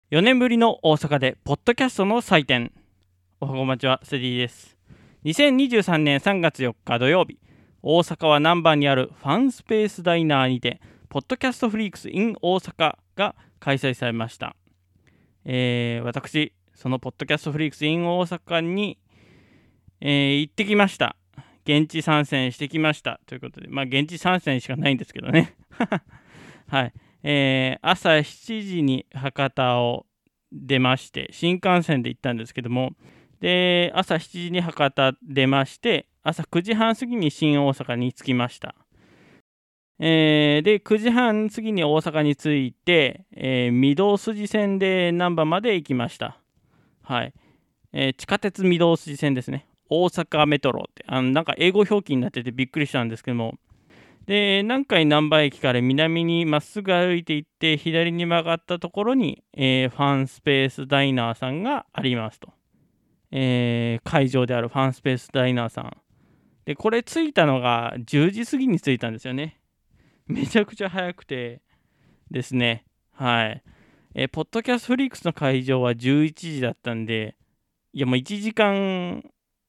4年ぶりの大阪でポッドキャストの祭典。おはこまちは、セディです。2023年3月4日土曜日、大阪は難波にあるファンスペースダイナーにてポッドキャストフリークス in 大阪が開催されました。私そのポッドキャストフリークス in 大阪に、行ってきました。現地参戦してきましたということで、現地参戦しかないんですけどねはい。朝7時に博多を出まして、新幹線で行ったんですけども、で朝7時に博多出まして、朝9時半過ぎに新大阪に着きました。で9時半過ぎに大阪に着いて、御堂筋線で難波まで行きました。はい。地下鉄御堂筋線ですね。大阪メトロってなんか英語表記になっててびっくりしたんですけども、で南海難波駅から南にまっすぐ歩いていって左に曲がったところに、ファンスペースダイナーさんがありますと、会場であるファンスペースダイナーさんで、これ着いたのが10時過ぎに着いたんですよね。めちゃくちゃ早くてですね。はい。ポッドキャストフリークスの会場は11時だったんで、いやもう1時間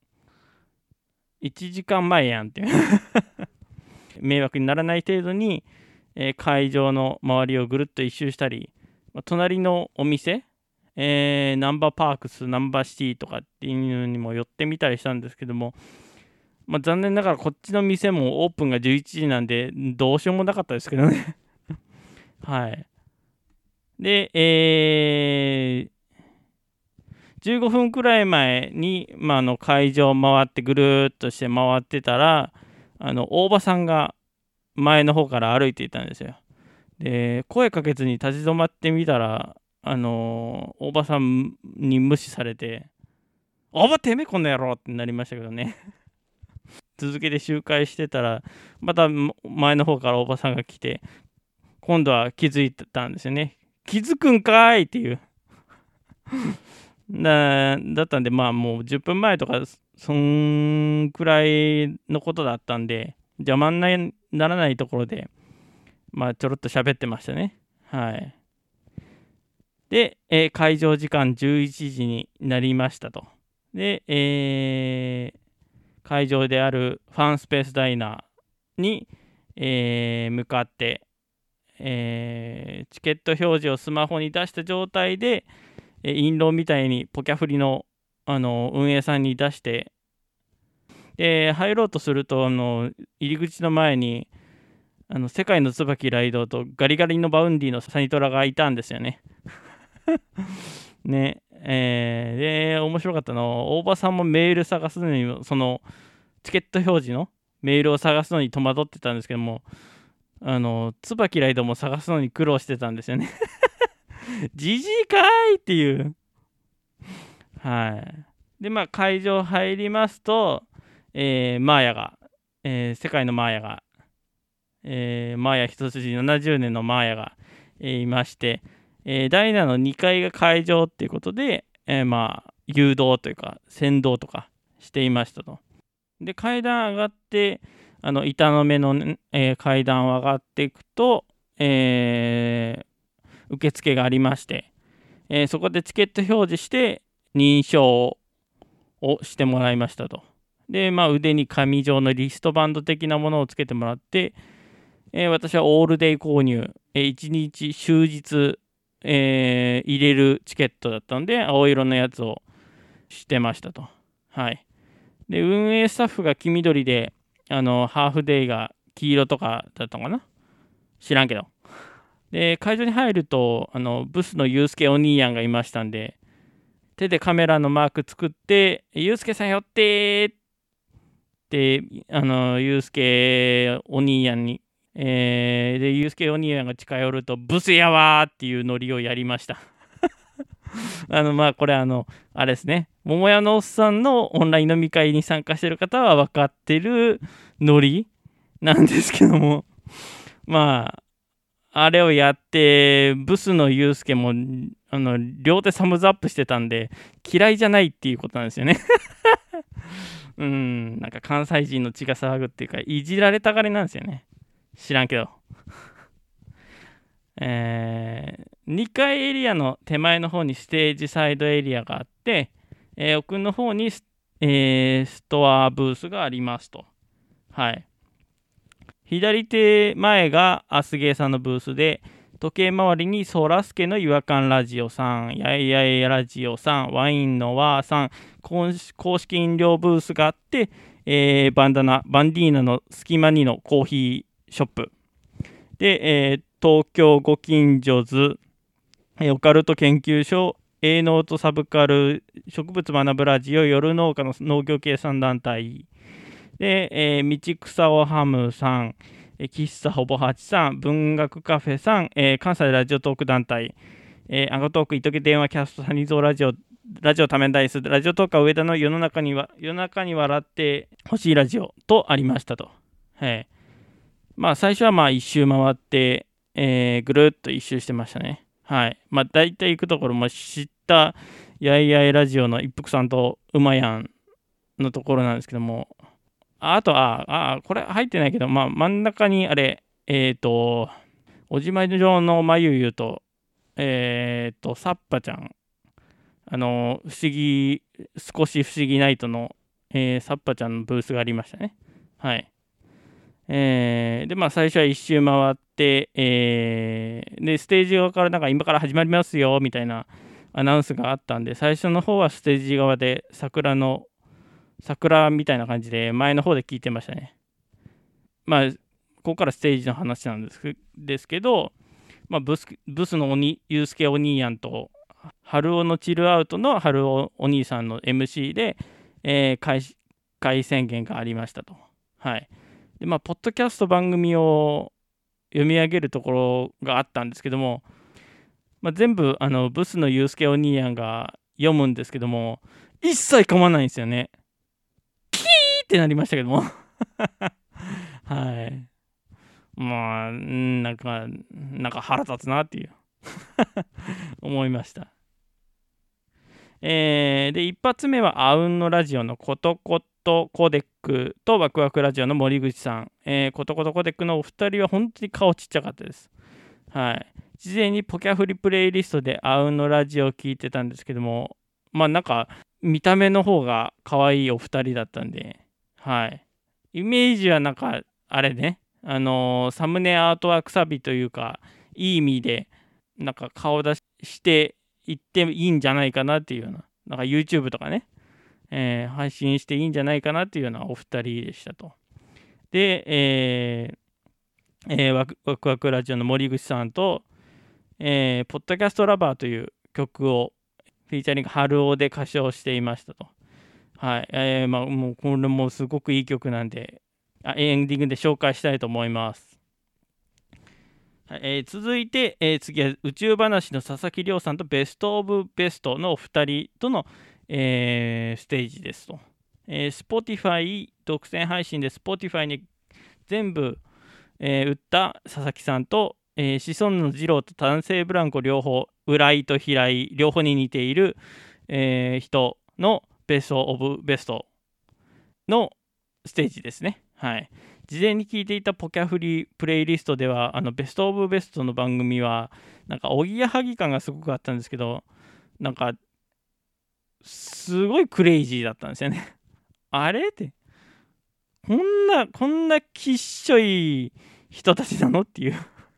前やんって迷惑にならない程度に、会場の周りをぐるっと一周したり、隣のお店、ナンバーパークス、ナンバーシティとかっていうのにも寄ってみたりしたんですけども、残念ながらこっちの店もオープンが11時なんでどうしようもなかったですけどねはい。で、15分くらい前に、会場を回ってぐるっとして回ってたら、大場さんが前の方から歩いていたんですよ。で、声かけずに立ち止まってみたら、大場さんに無視されて、大場てめえこの野郎ってなりましたけどね続けて周回してたら、また前の方から大場さんが来て、今度は気づいたんですよね。気づくんかいっていうだったんで、もう10分前とかそんくらいのことだったんで、邪魔にならないところでちょろっと喋ってましたね。はい。で、会場時間11時になりましたと。で、会場であるファンスペースダイナーに、向かって、チケット表示をスマホに出した状態で、印籠みたいにポキャフリの、運営さんに出して、で入ろうとすると入り口の前に世界の椿ライドとガリガリのバウンディのサニトラがいたんですよねね。で面白かったの、大場さんもメール探すのに、そのチケット表示のメールを探すのに戸惑ってたんですけども、椿ライドも探すのに苦労してたんですよねじじいかいっていう。はい。で会場入りますと、マーヤが、世界のマーヤが、マーヤ一筋70年のマーヤが、いまして、ダイナの2階が会場っていうことで、誘導というか先導とかしていましたと。で階段上がって、板の目の、階段を上がっていくと、受付がありまして、そこでチケット表示して認証をしてもらいましたと。で腕に紙状のリストバンド的なものをつけてもらって、私はオールデイ購入、1日終日、入れるチケットだったので青色のやつをしてましたと。はい。で運営スタッフが黄緑で、ハーフデイが黄色とかだったのかな、知らんけど。で会場に入るとブスのユースケお兄やんがいましたんで、手でカメラのマーク作って「ユースケさん寄って!」ってユースケお兄やんに、でユースケお兄やんが近寄ると「ブスやわ!」っていうノリをやりましたこれあれですね、桃屋のおっさんのオンライン飲み会に参加してる方は分かってるノリなんですけども、あれをやって、ブスのユースケも両手サムズアップしてたんで嫌いじゃないっていうことなんですよねなんか関西人の血が騒ぐっていうか、いじられたがりなんですよね。知らんけど 2階エリアの手前の方にステージサイドエリアがあって、奥の方にストアブースがありますと。はい。左手前がアスゲーさんのブースで、時計回りにソラスケの違和感ラジオさん、やいやいラジオさん、ワインのワーさん、公式飲料ブースがあって、バンディーナの隙間にのコーヒーショップで、東京ご近所図、オカルト研究所、営農とサブカル植物学ぶラジオ、夜農家の農業計算団体で、道草をハムさん、喫茶ほぼ8さん、文学カフェさん、関西ラジオトーク団体、アンゴトーク、糸気電話キャスト、サニーゾーラジオ多面ダイス、ラジオトークは上田の夜中に笑ってほしいラジオとありましたと。はい。まあ、最初はまあ一周回って、ぐるっと一周してましたね。はい。まあ、大体行くところも知ったやいやいラジオの一服さんとうまやんのところなんですけども、あと、これ入ってないけど、まあ、真ん中にあれ、おじまい上のまゆゆと、サッパちゃん、少し不思議ナイトの、サッパちゃんのブースがありましたね。はい。で、まあ、最初は一周回って、で、ステージ側からなんか今から始まりますよ、みたいなアナウンスがあったんで、最初の方はステージ側で桜みたいな感じで前の方で聞いてましたね。まあ、ここからステージの話なんですけど、まあ、ブスのユースケお兄やんと、春尾のチルアウトの春尾お兄さんの MC で、開宣言がありましたと。はい。で、まあ、ポッドキャスト番組を読み上げるところがあったんですけども、まあ、全部、ブスのユースケお兄やんが読むんですけども、一切噛まないんですよね。キーってなりましたけども。はい。まあ、なんか腹立つなっていう思いました。で、一発目はあうんのラジオのことことコデックとワクワクラジオの森口さん。ことことコデックのお二人は本当に顔ちっちゃかったです。はい。事前にポキャフリプレイリストであうんのラジオを聞いてたんですけども、まあなんか見た目の方が可愛いお二人だったんで、はい。イメージはなんかあれね、サムネアートワークサビというか、いい意味でなんか顔出していっていいんじゃないかなっていうような、なんか YouTube とかね、配信していいんじゃないかなっていうようなお二人でしたと。で、ワクワクラジオの森口さんと、ポッドキャストラバーという曲をフィーチャリング春尾で歌唱していましたと。はい。まあ、もうこれもすごくいい曲なんで、エンディングで紹介したいと思います。はい。続いて、次は宇宙話の佐々木亮さんとベストオブベストのお二人との、ステージですと。Spotify 独占配信で Spotify に全部、売った佐々木さんと、子孫の二郎と男性ブランコ両方、浦井と平井両方に似ている、人のベストオブベストのステージですね。はい。事前に聞いていたポキャフリプレイリストでは、ベストオブベストの番組は、なんかおぎやはぎ感がすごくあったんですけど、なんか、すごいクレイジーだったんですよね。あれって、こんなきっしょい人たちなのっていう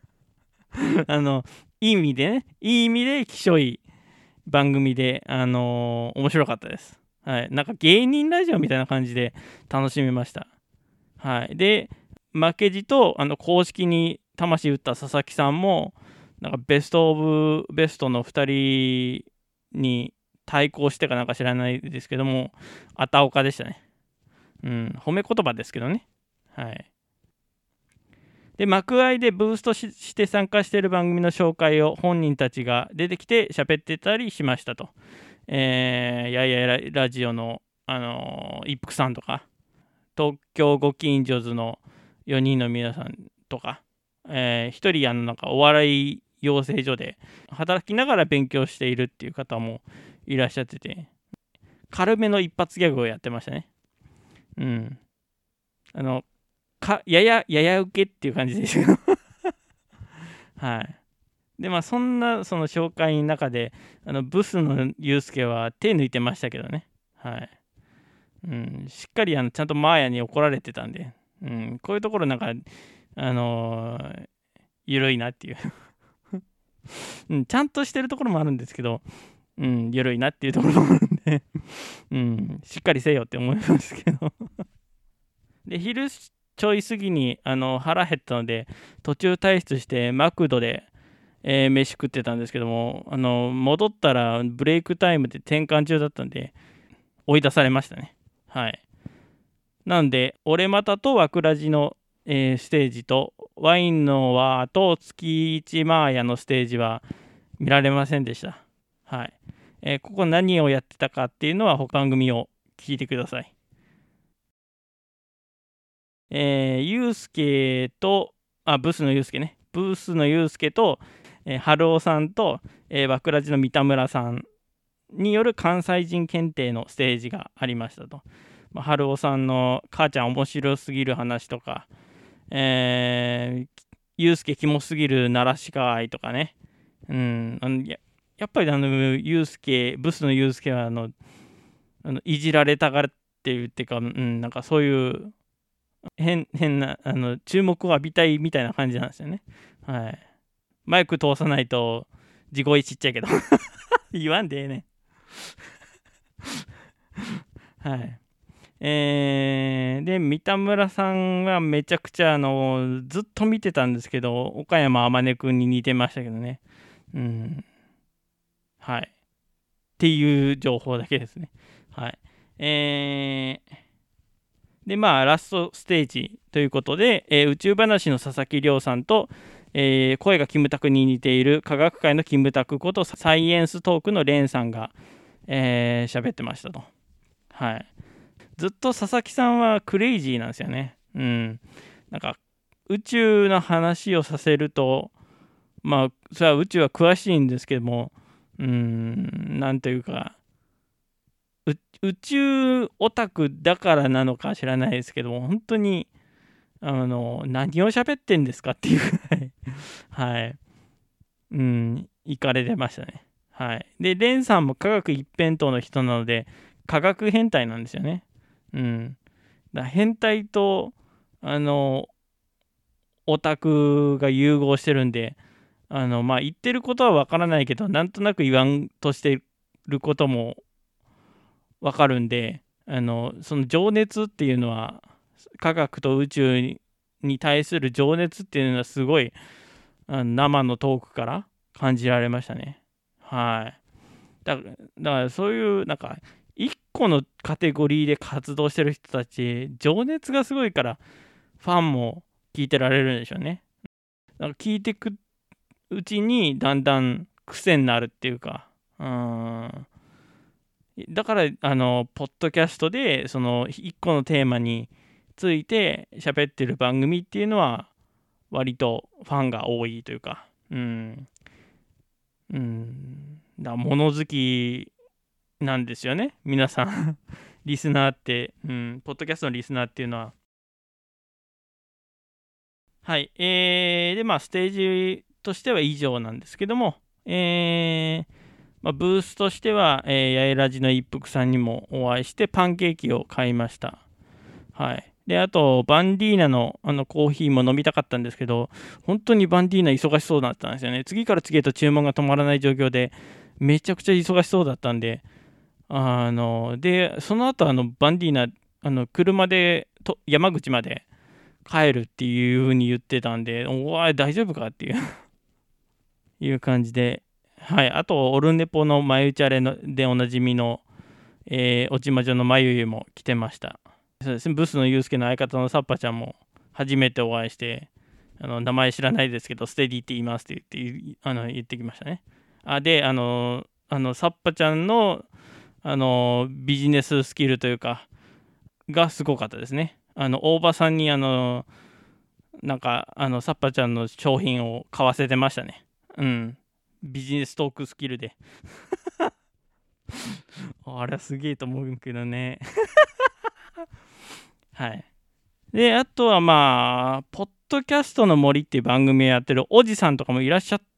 いい意味でね、いい意味できしょい番組で、面白かったです。はい。なんか芸人ラジオみたいな感じで楽しめました。はい。で、負けじと、公式に魂打った佐々木さんも、なんかベストオブベストの2人に対抗してかなんか知らないですけども、あたおかでしたね。うん。褒め言葉ですけどね。はい。で、幕間でブーストして参加している番組の紹介を本人たちが出てきて喋ってたりしましたと。やいやラジオの、一服さんとか、東京ご近所図の4人の皆さんとか、1人なんかお笑い養成所で働きながら勉強しているっていう方もいらっしゃってて、軽めの一発ギャグをやってましたね。うん。やや受けっていう感じでしたけどはい。 で、まあ、そんなその紹介の中で、ブスのユうスケは手抜いてましたけどね。はい。しっかりちゃんとマーヤに怒られてたんで、こういうところなんか、緩いなっていうちゃんとしてるところもあるんですけど、緩いなっていうところもあるんでしっかりせよって思いますけどで、昼ちょい過ぎに腹減ったので、途中退出してマクドで、飯食ってたんですけども、戻ったらブレイクタイムで転換中だったんで、追い出されましたね。はい。なんで、俺またとワクラジの、ステージと、ワインの輪と月一マーヤのステージは見られませんでした。はい。ここ何をやってたかっていうのは他番組を聞いてください。ユうスケと、ブスのユうスケね。ブスのユうスケと、春尾さんと、ワクラジの三田村さんによる関西人検定のステージがありましたと。春尾さんの母ちゃん面白すぎる話とか、ユうスケキモすぎる奈良鹿愛とかね。やっぱりユうスケ、ブスのユうスケはいじられたがっていうっていうか、なんかそういう変な注目を浴びたいみたいな感じなんですよね。はい。マイク通さないと地声ちっちゃいけど言わんでええねん。はい。で、三田村さんはめちゃくちゃずっと見てたんですけど、岡山天音くんに似てましたけどね。はい。っていう情報だけですね。はい。で、ラストステージということで、宇宙話の佐々木亮さんと、声がキムタクに似ている科学界のキムタクことサイエンストークのレンさんが喋ってましたと。はい。ずっと佐々木さんはクレイジーなんですよね。なんか宇宙の話をさせると、それは宇宙は詳しいんですけども、なんというか、宇宙オタクだからなのか知らないですけども、本当に何を喋ってんですかっていうぐらいはい。行かれてましたね。はい。で、レンさんも科学一辺倒の人なので、科学変態なんですよね。変態と、オタクが融合してるんで、言ってることはわからないけど、なんとなく言わんとしてることもわかるんで、その情熱っていうのは、科学と宇宙に対する情熱っていうのはすごい生のトークから感じられましたね。はい。だからそういうなんか一個のカテゴリーで活動してる人たち、情熱がすごいからファンも聞いてられるんでしょうね。なんか聞いていくうちにだんだん癖になるっていうか、だからポッドキャストでその一個のテーマについて喋ってる番組っていうのは割とファンが多いというか、だから物好きなんですよね、皆さんリスナーって、ポッドキャストのリスナーっていうのは。はい。で、ステージとしては以上なんですけども、ブースとしては、八重ラジの一服さんにもお会いして、パンケーキを買いました。はい。で、あと、バンディーナのコーヒーも飲みたかったんですけど、本当にバンディーナ忙しそうだったんですよね。次から次へと注文が止まらない状況で、めちゃくちゃ忙しそうだったんで、で、その後、バンディーナ、車で山口まで帰るっていう風に言ってたんで、おい、大丈夫かっていういう感じで、はい。あと、オルネポのマユチャレのでおなじみの、落ちまじょのまゆゆも来てました。そうですね、ブスのユうスケの相方のサッパちゃんも初めてお会いして、名前知らないですけど、ステディって言いますって言ってきましたね。で、サッパちゃんの、ビジネススキルというか、がすごかったですね。大場さんに、なんか、サッパちゃんの商品を買わせてましたね。ビジネストークスキルで。あれはすげえと思うけどね。はい。で、あとはポッドキャストの森っていう番組をやってるおじさんとかもいらっしゃっ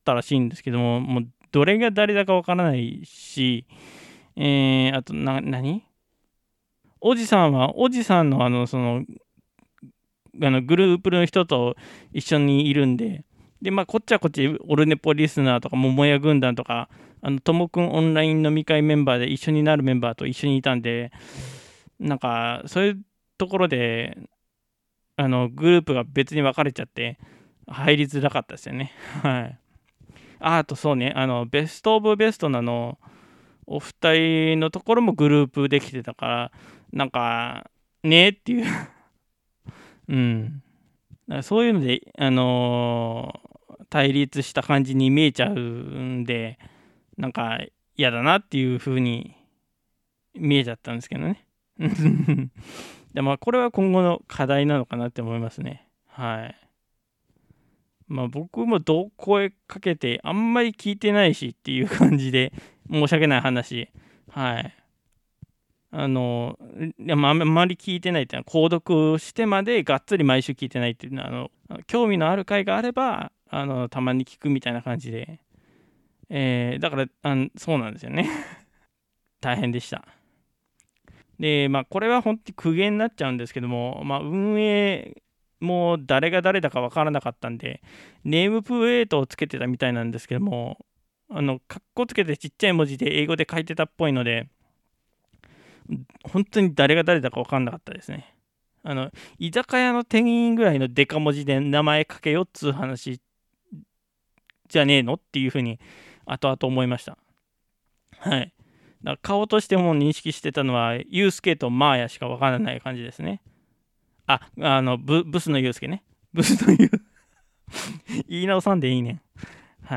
ったらしいんですけども、もうどれが誰だかわからないし、あと何おじさんはおじさんのそのグループの人と一緒にいるんで、でまあこっちはこっちオルネポリスナーとか桃屋軍団とかともくんオンライン飲み会メンバーで一緒になるメンバーと一緒にいたんで、なんかそういうところでグループが別に分かれちゃって入りづらかったですよね。はい。あとそうね、ベストオブベストのお二人のところもグループできてたから、なんかねっていううん、だからそういうので対立した感じに見えちゃうんで、なんか嫌だなっていう風に見えちゃったんですけどね。でまあこれは今後の課題なのかなって思いますね。はい。まあ僕も声かけてあんまり聞いてないしっていう感じで申し訳ない話。はい。いやまあ、あんまり聞いてないっていうのは購読してまでがっつり毎週聞いてないっていうのは興味のある回があればたまに聞くみたいな感じで、だからそうなんですよね。大変でした。でまあこれは本当に苦言になっちゃうんですけども、まあ運営もう誰が誰だか分からなかったんでネームプレートをつけてたみたいなんですけども、カッコつけてちっちゃい文字で英語で書いてたっぽいので本当に誰が誰だか分かんなかったですね。居酒屋の店員ぐらいのデカ文字で名前書けよっつう話じゃねえのっていうふうに後々思いました。はい。だから顔としても認識してたのはユースケとマーヤしか分からない感じですね。ブスのユースケね。ブスのユー言い直さんでいいね。はい。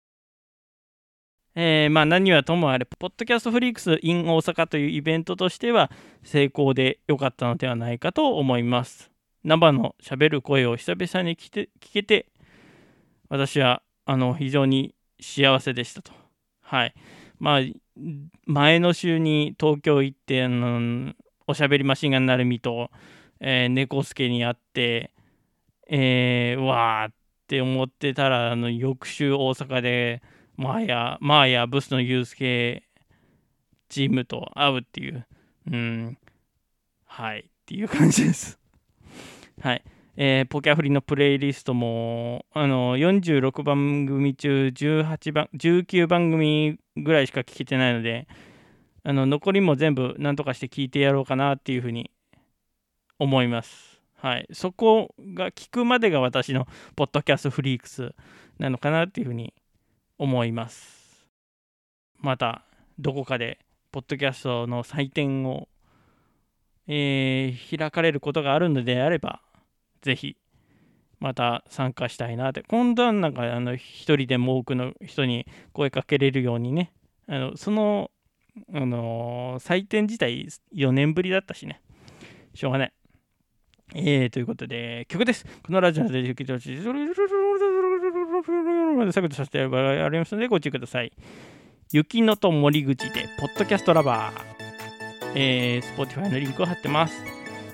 まあ何はともあれ、ポッドキャストフリークス in 大阪というイベントとしては成功で良かったのではないかと思います。生の喋る声を久々に聞けて、私は非常に幸せでしたと。はい。まあ、前の週に東京行って、おしゃべりマシンガンなるみと、猫助に会って、わーって思ってたら、翌週大阪で、マーヤ、ブスのユースケチームと会うっていう、はい、っていう感じです。はい。ポキャフリのプレイリストも、46番組中19番組ぐらいしか聞けてないので、残りも全部何とかして聞いてやろうかなっていうふうに思います。はい。そこが聞くまでが私のポッドキャストフリークスなのかなっていうふうに思います。またどこかでポッドキャストの祭典を、開かれることがあるのであればぜひまた参加したいなって。今度はなんか一人でも多くの人に声かけれるようにね、その祭典自体4年ぶりだったしね、しょうがない。ということで曲です。このラジオで聞いてほしい削除させてありますのでご注意ください。雪乃と森口でポッドキャストラバー、Spotify のリンクを貼ってます。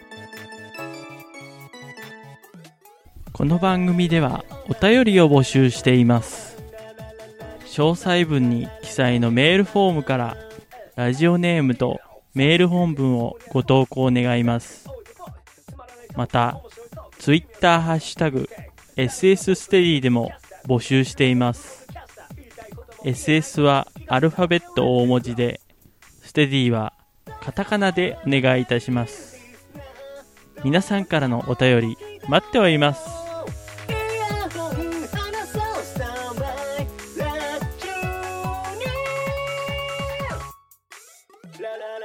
この番組ではお便りを募集しています。詳細文に記載のメールフォームからラジオネームとメール本文をご投稿願います。また、Twitter ハッシュタグ SS ステディでも募集しています。SS はアルファベット大文字で、ステディはカタカナでお願いいたします。皆さんからのお便り待っております。La la